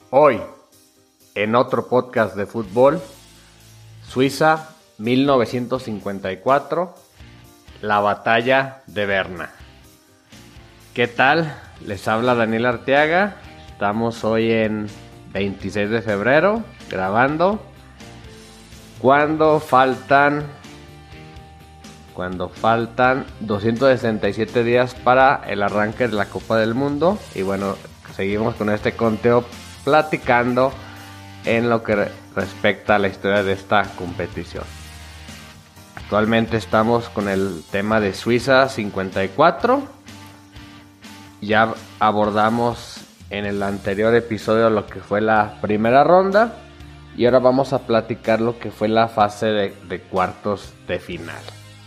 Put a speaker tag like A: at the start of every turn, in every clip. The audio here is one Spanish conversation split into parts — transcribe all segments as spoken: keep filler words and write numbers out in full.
A: Hoy, en otro podcast de fútbol, Suiza mil novecientos cincuenta y cuatro, la batalla de Berna. ¿Qué tal? Les habla Daniel Arteaga. Estamos hoy en veintiséis de febrero grabando. Cuando faltan Cuando faltan doscientos sesenta y siete días para el arranque de la Copa del Mundo. Y bueno, seguimos con este conteo platicando en lo que respecta a la historia de esta competición. Actualmente estamos con el tema de Suiza cincuenta y cuatro. Ya abordamos en el anterior episodio lo que fue la primera ronda. Y ahora vamos a platicar lo que fue la fase de, de cuartos de final.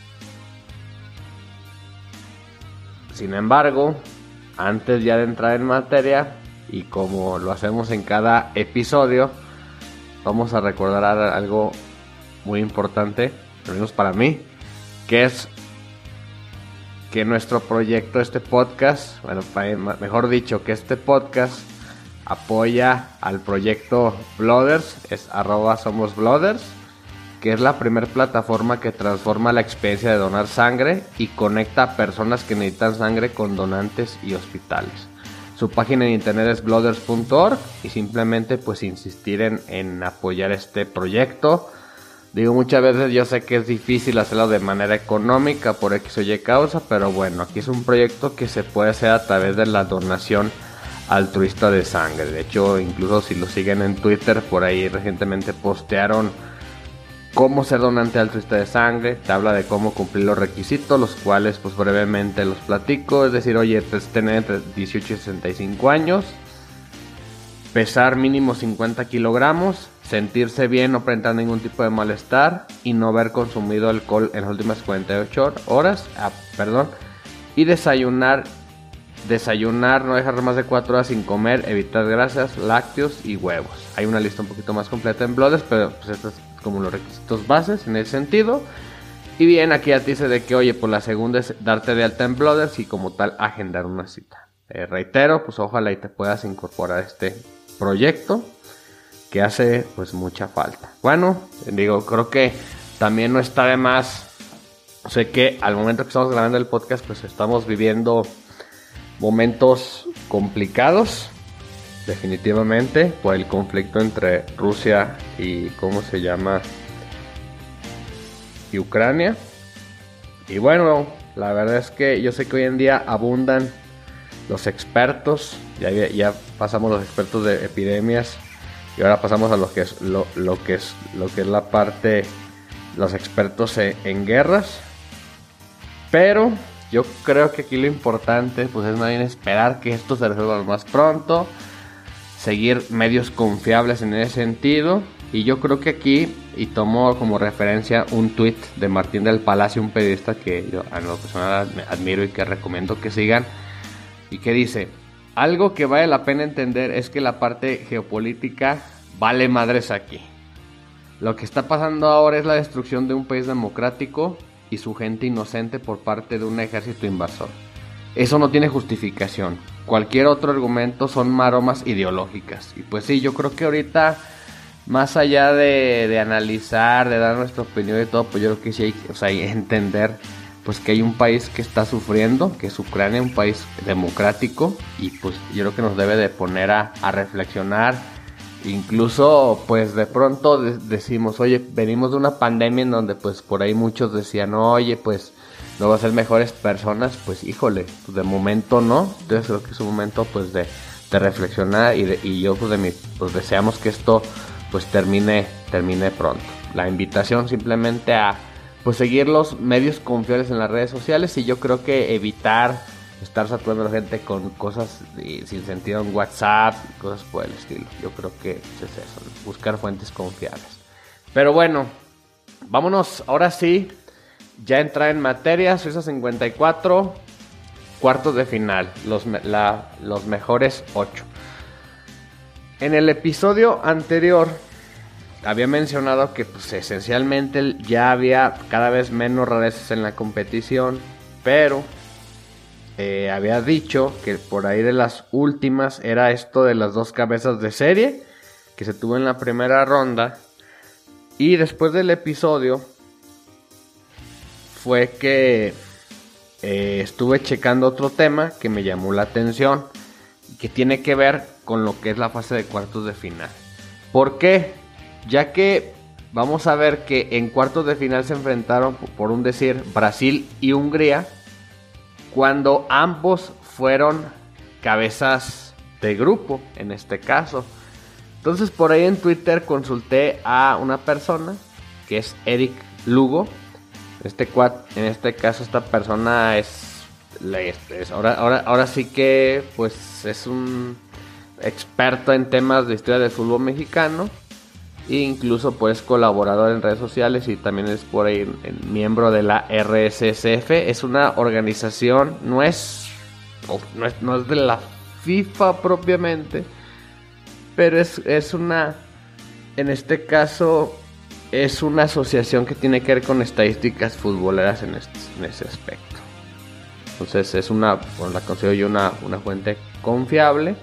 A: Sin embargo, antes ya de entrar en materia, y como lo hacemos en cada episodio, vamos a recordar algo muy importante, al menos para mí, que es que nuestro proyecto, este podcast, bueno, mejor dicho, que este podcast apoya al proyecto Blooders, es arroba somos Blooders, que es la primera plataforma que transforma la experiencia de donar sangre y conecta a personas que necesitan sangre con donantes y hospitales. Su página en internet es blooders punto org y simplemente pues insistir en, en apoyar este proyecto. Digo, muchas veces yo sé que es difícil hacerlo de manera económica por X o Y causa, pero bueno, aquí es un proyecto que se puede hacer a través de la donación altruista de sangre. De hecho, incluso si lo siguen en Twitter, por ahí recientemente postearon cómo ser donante altruista de sangre. Te habla de cómo cumplir los requisitos, los cuales pues brevemente los platico. Es decir, oye, pues tener entre dieciocho y sesenta y cinco años, pesar mínimo cincuenta kilogramos, sentirse bien, no presentar ningún tipo de malestar y no haber consumido alcohol en las últimas cuarenta y ocho horas, ah, perdón, y desayunar Desayunar, no dejar más de cuatro horas sin comer, evitar grasas, lácteos y huevos. Hay una lista un poquito más completa en Blooders, pero pues estos son como los requisitos bases en ese sentido. Y bien, aquí ya te dice de que, oye, pues la segunda es darte de alta en Blooders y como tal agendar una cita. Eh, reitero, pues ojalá y te puedas incorporar a este proyecto que hace pues mucha falta. Bueno, digo, creo que también no está de más. Sé que al momento que estamos grabando el podcast, pues estamos viviendo momentos complicados, definitivamente, por el conflicto entre Rusia y, ¿cómo se llama?, y Ucrania. Y bueno, la verdad es que yo sé que hoy en día abundan los expertos, ya, ya pasamos los expertos de epidemias y ahora pasamos a lo que es, lo, lo que es, lo que es la parte, los expertos en, en guerras, pero yo creo que aquí lo importante pues es más bien esperar que esto se resuelva lo más pronto, seguir medios confiables en ese sentido. Y yo creo que aquí, y tomo como referencia un tweet de Martín del Palacio, un periodista que yo a lo personal admiro y que recomiendo que sigan, y que dice: algo que vale la pena entender es que la parte geopolítica vale madres aquí. Lo que está pasando ahora es la destrucción de un país democrático y su gente inocente por parte de un ejército invasor. Eso no tiene justificación. Cualquier otro argumento son maromas ideológicas. Y pues sí, yo creo que ahorita, más allá de, de analizar, de dar nuestra opinión y todo, pues yo creo que sí hay, o sea, hay que entender pues que hay un país que está sufriendo, que es Ucrania, un país democrático, y pues yo creo que nos debe de poner a, a reflexionar. Incluso pues de pronto de- decimos, oye, venimos de una pandemia en donde pues por ahí muchos decían, oye, pues no va a ser mejores personas. Pues híjole, pues de momento no. Entonces creo que es un momento pues de, de reflexionar y, de, y yo pues de mi, pues deseamos que esto pues termine, termine pronto. La invitación simplemente a pues seguir los medios confiables en las redes sociales, y yo creo que evitar estar saturando a la gente con cosas sin sentido en WhatsApp, cosas por el estilo. Yo creo que es eso, ¿no? Buscar fuentes confiables. Pero bueno, vámonos ahora sí, ya entrar en materia. Suiza cincuenta y cuatro, cuartos de final, los, la, los mejores ocho. En el episodio anterior había mencionado que pues, esencialmente ya había cada vez menos rarezas en la competición, pero eh, había dicho que por ahí de las últimas era esto de las dos cabezas de serie que se tuvo en la primera ronda. Y después del episodio fue que eh, estuve checando otro tema que me llamó la atención, que tiene que ver con lo que es la fase de cuartos de final. ¿Por qué? Ya que vamos a ver que en cuartos de final se enfrentaron, por un decir, Brasil y Hungría, cuando ambos fueron cabezas de grupo, en este caso. Entonces por ahí en Twitter consulté a una persona, que es Eric Lugo. Este cuat, en este caso esta persona es, es ahora, ahora, ahora sí que pues es un experto en temas de historia del fútbol mexicano. E incluso pues colaborador en redes sociales y también es por ahí el miembro de la R S S F. Es una organización, no es, no es, no es de la FIFA propiamente, pero es, es una, en este caso, es una asociación que tiene que ver con estadísticas futboleras en, este, en ese aspecto. Entonces es una, bueno, la considero yo una, una fuente confiable.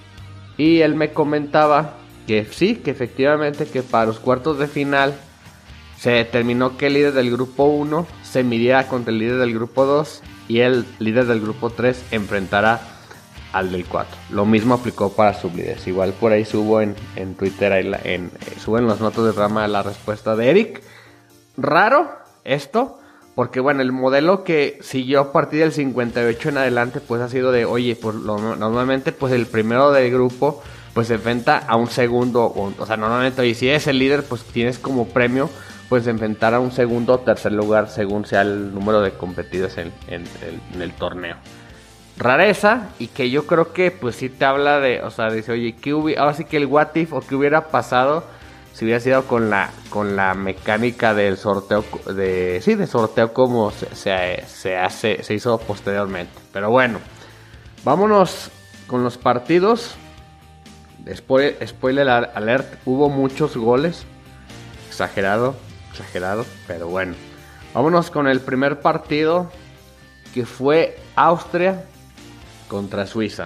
A: Y él me comentaba que sí, que efectivamente que para los cuartos de final se determinó que el líder del grupo uno se midiera contra el líder del grupo dos y el líder del grupo tres enfrentará al del cuatro. Lo mismo aplicó para sublíderes. Igual por ahí subo en, en Twitter, ahí la, en, eh, subo en las notas de rama la respuesta de Eric. Raro esto, porque bueno, el modelo que siguió a partir del cincuenta y ocho en adelante pues ha sido de, oye, pues lo, normalmente pues el primero del grupo pues se enfrenta a un segundo, o, o sea, normalmente, oye, si eres el líder, pues tienes como premio, pues enfrentar a un segundo o tercer lugar, según sea el número de competidos en, en, en, en el torneo. Rareza, y que yo creo que, pues sí te habla de, o sea, dice, oye, ¿qué hubiera, ahora sí que el what if, o qué hubiera pasado si hubiera sido con la, con la mecánica del sorteo, de, sí, de sorteo como se, se, se hace, se hizo posteriormente. Pero bueno, vámonos con los partidos. Spoiler, spoiler alert, hubo muchos goles. Exagerado, exagerado, pero bueno. Vámonos con el primer partido, que fue Austria contra Suiza.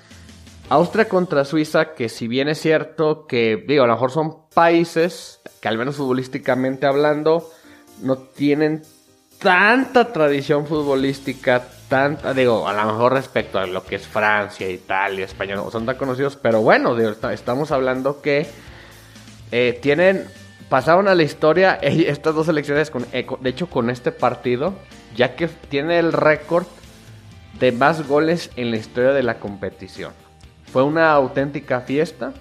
A: Austria contra Suiza, que si bien es cierto que, digo, a lo mejor son países que al menos futbolísticamente hablando no tienen tanta tradición futbolística, tanta, digo, a lo mejor respecto a lo que es Francia, Italia, España, no son tan conocidos, pero bueno, digo, estamos hablando que eh, tienen, pasaron a la historia eh, estas dos selecciones, con, eh, de hecho con este partido, ya que tiene el récord de más goles en la historia de la competición. Fue una auténtica fiesta.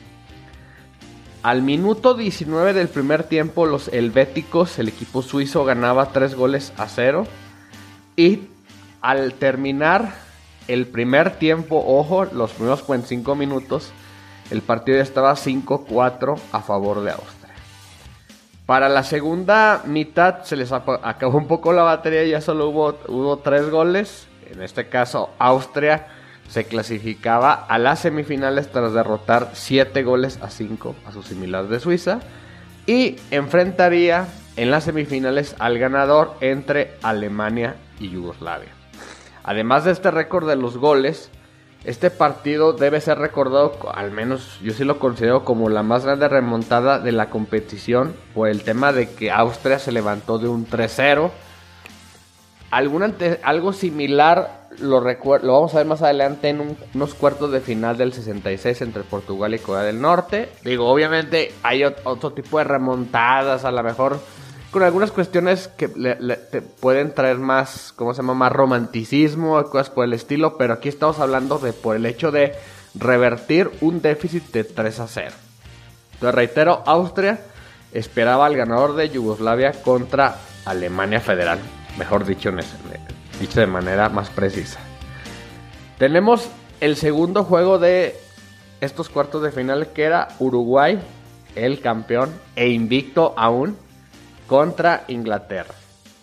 A: Al minuto diecinueve del primer tiempo, los helvéticos, el equipo suizo, ganaba tres goles a cero. Y al terminar el primer tiempo, ojo, los primeros cuarenta y cinco minutos, el partido ya estaba cinco cuatro a favor de Austria. Para la segunda mitad se les acabó un poco la batería, ya solo hubo, hubo tres goles. En este caso, Austria se clasificaba a las semifinales tras derrotar siete goles a cinco a su similar de Suiza. Y enfrentaría en las semifinales al ganador entre Alemania y Yugoslavia. Además de este récord de los goles, este partido debe ser recordado, al menos yo sí lo considero como la más grande remontada de la competición, por el tema de que Austria se levantó de un tres cero. Algún ante, algo similar lo, recuer- lo vamos a ver más adelante en un, unos cuartos de final del sesenta y seis entre Portugal y Corea del Norte. Digo, obviamente hay ot- otro tipo de remontadas, a lo mejor con algunas cuestiones que le, le, te pueden traer más, ¿cómo se llama? Más romanticismo, cosas por el estilo, pero aquí estamos hablando de por el hecho de revertir un déficit de tres a cero. Entonces reitero, Austria esperaba al ganador de Yugoslavia contra Alemania Federal. Mejor dicho, en ese, dicho de manera más precisa. Tenemos el segundo juego de estos cuartos de final, que era Uruguay, el campeón e invicto aún, contra Inglaterra.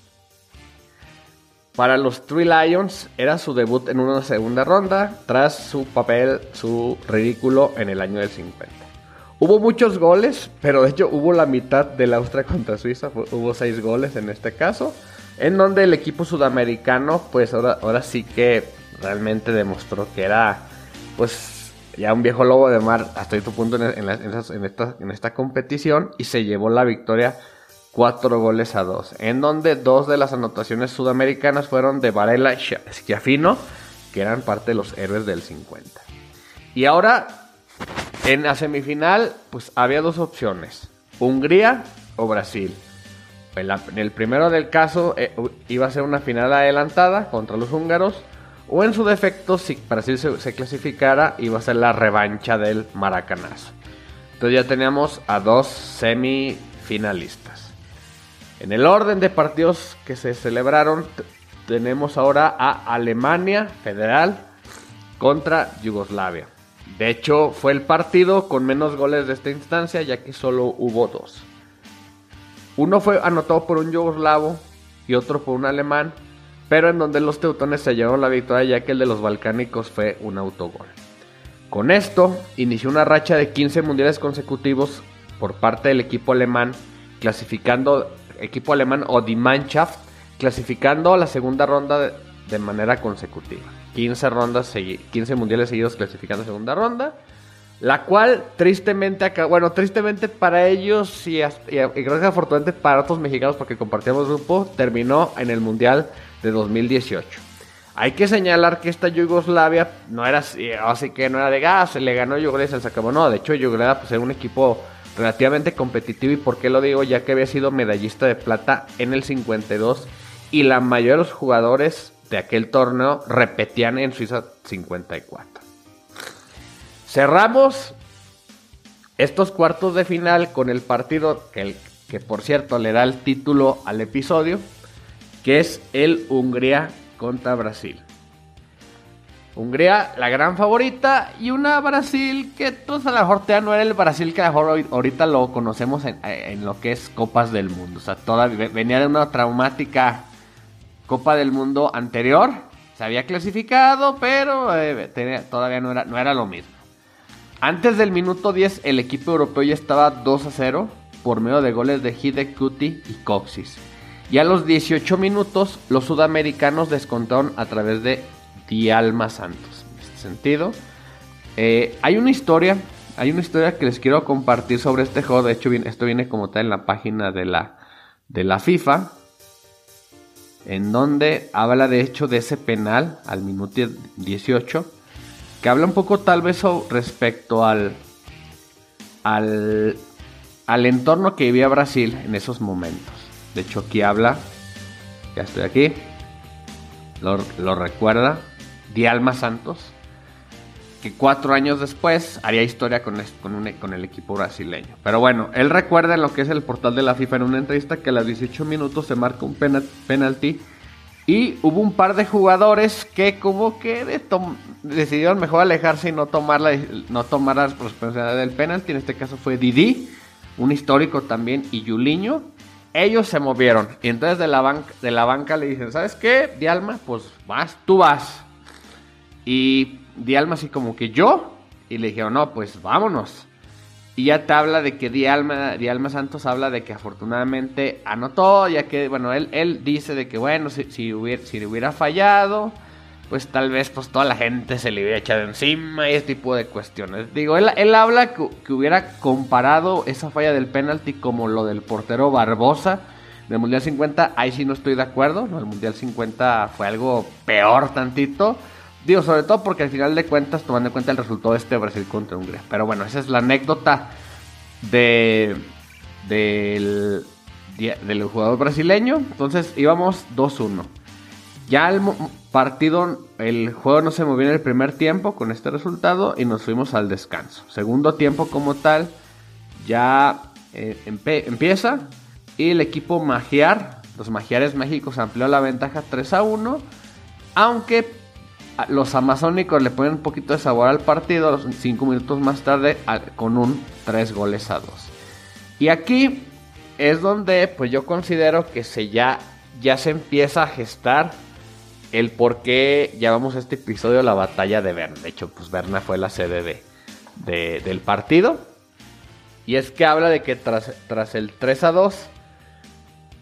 A: Para los Three Lions era su debut en una segunda ronda, tras su papel, su ridículo en el año del cincuenta. Hubo muchos goles, pero de hecho hubo la mitad de la Austria contra Suiza, hubo seis goles en este caso. en donde el equipo sudamericano pues ahora, ahora sí que realmente demostró que era pues ya un viejo lobo de mar hasta cierto punto en, en, la, en, esas, en, esta, en esta competición, y se llevó la victoria cuatro goles a dos, en donde dos de las anotaciones sudamericanas fueron de Varela y Schiaffino, que eran parte de los héroes del cincuenta. Y ahora en la semifinal pues había dos opciones: Hungría o Brasil. En el primero del caso eh, iba a ser una final adelantada contra los húngaros, o en su defecto, si Brasil se, se clasificara, iba a ser la revancha del Maracanazo. Entonces ya teníamos a dos semifinalistas. En el orden de partidos que se celebraron, t- tenemos ahora a Alemania Federal contra Yugoslavia. De hecho, fue el partido con menos goles de esta instancia, ya que solo hubo dos. Uno fue anotado por un yugoslavo y otro por un alemán, pero en donde los teutones se llevaron la victoria, ya que el de los balcánicos fue un autogol. Con esto, inició una racha de quince mundiales consecutivos por parte del equipo alemán, clasificando, equipo alemán o Die Mannschaft, clasificando a la segunda ronda de, de manera consecutiva. quince, rondas, quince mundiales seguidos clasificando a segunda ronda. La cual tristemente acá, bueno, tristemente para ellos y, y, y creo que afortunadamente para otros mexicanos, porque compartíamos grupo, terminó en el Mundial de dos mil dieciocho. Hay que señalar que esta Yugoslavia no era así, así que no era de gas, se le ganó Yugoslavia y se acabó. No, de hecho Yugoslavia pues, era un equipo relativamente competitivo. ¿Y por qué lo digo? Ya que había sido medallista de plata en el cincuenta y dos y la mayoría de los jugadores de aquel torneo repetían en Suiza cincuenta y cuatro. Cerramos estos cuartos de final con el partido que, el, que por cierto le da el título al episodio, que es el Hungría contra Brasil. Hungría, la gran favorita, y una Brasil que pues, a lo mejor ya no era el Brasil que a lo mejor ahorita lo conocemos en, en lo que es Copas del Mundo. O sea, toda, venía de una traumática Copa del Mundo anterior, se había clasificado, pero eh, tenía, todavía no era, no era lo mismo. Antes del minuto diez, el equipo europeo ya estaba dos a cero por medio de goles de Hidek Kuti y Coxis. Y a los dieciocho minutos, los sudamericanos descontaron a través de Dialma Santos. En este sentido, eh, hay una historia, hay una historia que les quiero compartir sobre este juego. De hecho, esto viene como tal en la página de la, de la FIFA, en donde habla de hecho de ese penal al minuto dieciocho. Que habla un poco tal vez respecto al, al, al entorno que vivía Brasil en esos momentos. De hecho aquí habla, ya estoy aquí, lo, lo recuerda, Dialma Santos, que cuatro años después haría historia con, este, con, un, con el equipo brasileño. Pero bueno, él recuerda en lo que es el portal de la FIFA en una entrevista que a los dieciocho minutos se marca un penal, penalti. Y hubo un par de jugadores que como que de decidieron mejor alejarse y no tomar la, no tomar la responsabilidad del penalti. En este caso fue Didi, un histórico también, y Julinho. Ellos se movieron. Y entonces de la, banca, de la banca le dicen, ¿sabes qué, Dialma? Pues vas, tú vas. Y Dialma así como que yo. Y le dijeron, no, pues vámonos. Y ya te habla de que Dialma, Dialma Santos habla de que afortunadamente anotó, ya que, bueno, él, él dice de que, bueno, si, si, hubiera, si hubiera fallado, pues tal vez pues toda la gente se le hubiera echado encima y ese tipo de cuestiones. Digo, él, él habla que, que hubiera comparado esa falla del penalti como lo del portero Barbosa del Mundial cincuenta. Ahí sí no estoy de acuerdo, ¿no? El Mundial cincuenta fue algo peor tantito. Digo, sobre todo porque al final de cuentas, tomando en cuenta el resultado de este Brasil contra Hungría. Pero bueno, esa es la anécdota de, del, del jugador brasileño. Entonces íbamos dos uno. Ya el partido, el juego no se movió en el primer tiempo con este resultado y nos fuimos al descanso. Segundo tiempo como tal, ya eh, empe- empieza y el equipo Magiar, los Magiares México, amplió la ventaja tres a uno. Aunque los amazónicos le ponen un poquito de sabor al partido cinco minutos más tarde con un tres goles a dos. Y aquí es donde pues yo considero que se ya, ya se empieza a gestar el por qué llamamos a este episodio la batalla de Berna. De hecho, pues Berna fue la sede de, de, del partido. Y es que habla de que tras, tras el tres a dos,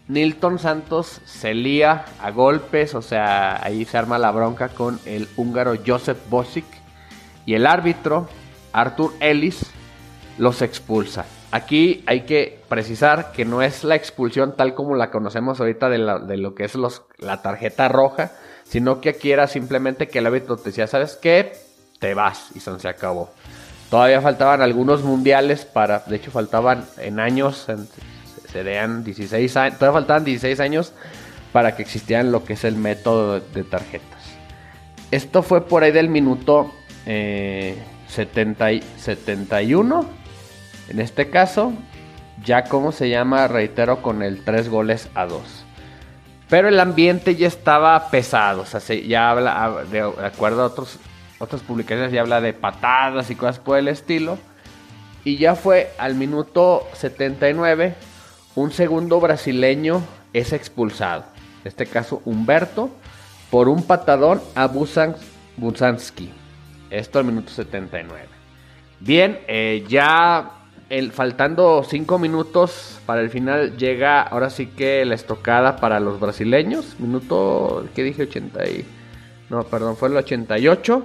A: Nilton Santos se lía a golpes, o sea, ahí se arma la bronca con el húngaro Joseph Bosic y el árbitro Artur Ellis los expulsa. Aquí hay que precisar que no es la expulsión tal como la conocemos ahorita de, la, de lo que es los, la tarjeta roja, sino que aquí era simplemente que el árbitro te decía, ¿sabes qué? Te vas y se acabó. Todavía faltaban algunos mundiales para, de hecho faltaban en años, en, serían dieciséis años, todavía faltaban dieciséis años para que existieran lo que es el método de, de tarjetas. Esto fue por ahí del minuto eh, setenta, setenta y uno, en este caso, ya como se llama, reitero, con el tres goles a dos. Pero el ambiente ya estaba pesado, o sea, se, ya habla, de, de acuerdo a otros, otras publicaciones, ya habla de patadas y cosas por el estilo. Y ya fue al minuto setenta y nueve, un segundo brasileño es expulsado. En este caso, Humberto, por un patadón a Busan, Busanski. Esto al minuto setenta y nueve. Bien, eh, ya el, faltando cinco minutos para el final, llega ahora sí que la estocada para los brasileños. Minuto, ¿qué dije? ochenta y... No, perdón, fue el ochenta y ocho.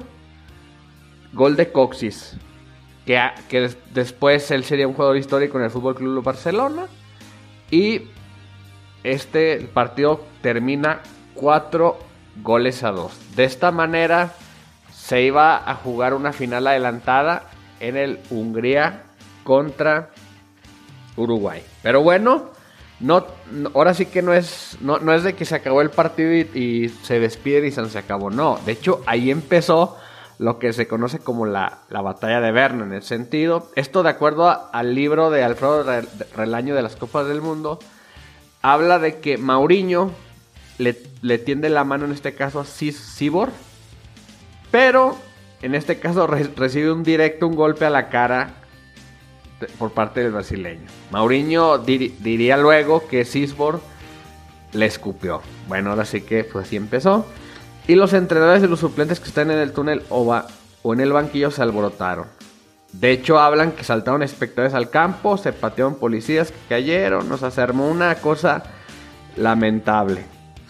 A: Gol de Coxis. Que, que des, después él sería un jugador histórico en el Fútbol Club Barcelona. Y este partido termina cuatro goles a dos. De esta manera se iba a jugar una final adelantada en el Hungría contra Uruguay. Pero bueno, no, no, ahora sí que no es, no, no es de que se acabó el partido y, y se despide y se acabó. No, de hecho ahí empezó lo que se conoce como la, la batalla de Berna, en el sentido, esto de acuerdo a, al libro de Alfredo Relaño de las Copas del Mundo, habla de que Mourinho le, le tiende la mano en este caso a Sibor, pero en este caso re, recibe un directo, un golpe a la cara de, por parte del brasileño. Mourinho dir, diría luego que Sibor le escupió. Bueno, ahora sí que pues así empezó. Y los entrenadores y los suplentes que están en el túnel o, va, o en el banquillo se alborotaron. De hecho, hablan que saltaron espectadores al campo, se patearon policías que cayeron, nos se armó una cosa lamentable.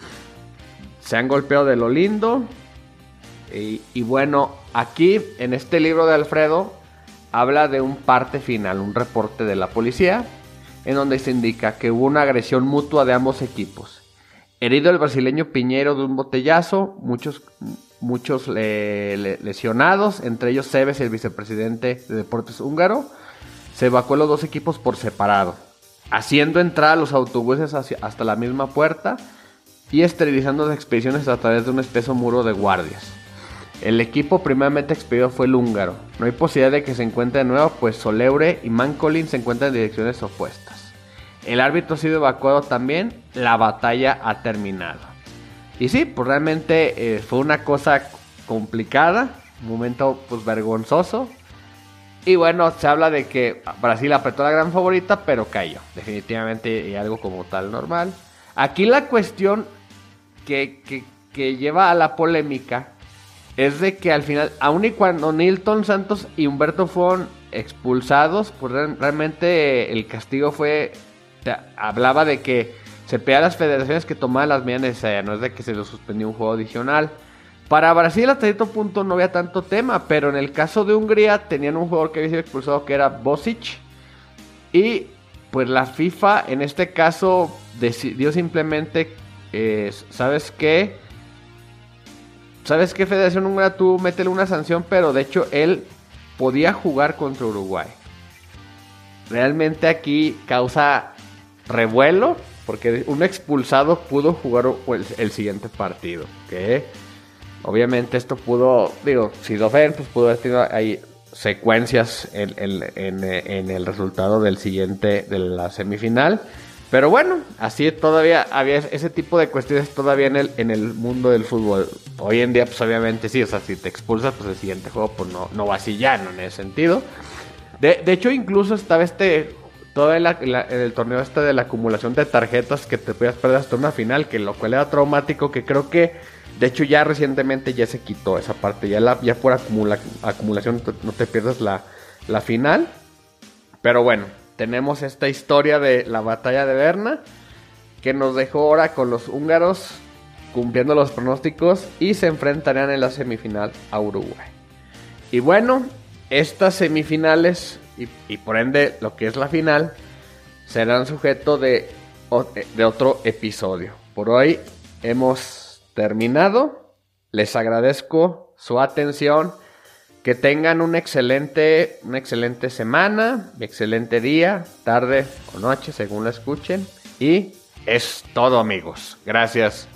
A: Se han golpeado de lo lindo. Y, y bueno, aquí en este libro de Alfredo habla de un parte final, un reporte de la policía, en donde se indica que hubo una agresión mutua de ambos equipos. Herido el brasileño Piñero de un botellazo, muchos, muchos eh, le, lesionados, entre ellos Seves, el vicepresidente de Deportes húngaro. Se evacuó los dos equipos por separado, haciendo entrar a los autobuses hacia, hasta la misma puerta y esterilizando las expediciones a través de un espeso muro de guardias. El equipo primeramente expedido fue el húngaro. No hay posibilidad de que se encuentre de nuevo, pues Soleure y Mancolin se encuentran en direcciones opuestas. El árbitro ha sido evacuado también. La batalla ha terminado. Y sí, pues realmente eh, fue una cosa complicada. Un momento pues vergonzoso. Y bueno, se habla de que Brasil apretó la gran favorita, pero cayó. Definitivamente y algo como tal normal. Aquí la cuestión que, que, que lleva a la polémica es de que al final, aun y cuando Nilton Santos y Humberto fueron expulsados, pues realmente el castigo fue... Hablaba de que se pedía a las federaciones que tomaban las medidas necesarias, no es de que se les suspendió un juego adicional. Para Brasil hasta cierto punto no había tanto tema, pero en el caso de Hungría tenían un jugador que había sido expulsado que era Bosic. Y pues la FIFA en este caso decidió simplemente, eh, ¿sabes qué? ¿Sabes qué, Federación Húngara? Tú métele una sanción, pero de hecho él podía jugar contra Uruguay. Realmente aquí causa revuelo, porque un expulsado pudo jugar el, el siguiente partido. Que obviamente esto pudo, digo, si lo ven, pues pudo haber tenido ahí secuencias en, en, en, en el resultado del siguiente, de la semifinal. Pero bueno, así todavía había ese tipo de cuestiones todavía en el, en el mundo del fútbol. Hoy en día, pues obviamente sí, o sea, si te expulsas, pues el siguiente juego pues no, no va así ya, no en ese sentido. De, de hecho, incluso estaba este, todo en, la, en, la, en el torneo este de la acumulación de tarjetas que te podías perder hasta una final, que lo cual era traumático, que creo que, de hecho, ya recientemente ya se quitó esa parte, ya, la, ya por acumula, acumulación no te pierdas la, la final. Pero bueno, tenemos esta historia de la batalla de Berna. que nos dejó ahora con los húngaros cumpliendo los pronósticos y se enfrentarían en la semifinal a Uruguay. Y bueno, estas semifinales y, y por ende lo que es la final serán sujeto de, de otro episodio. Por hoy hemos terminado. Les agradezco su atención. Que tengan un excelente, una excelente semana, excelente día, tarde o noche, según la escuchen. Y es todo, amigos. Gracias.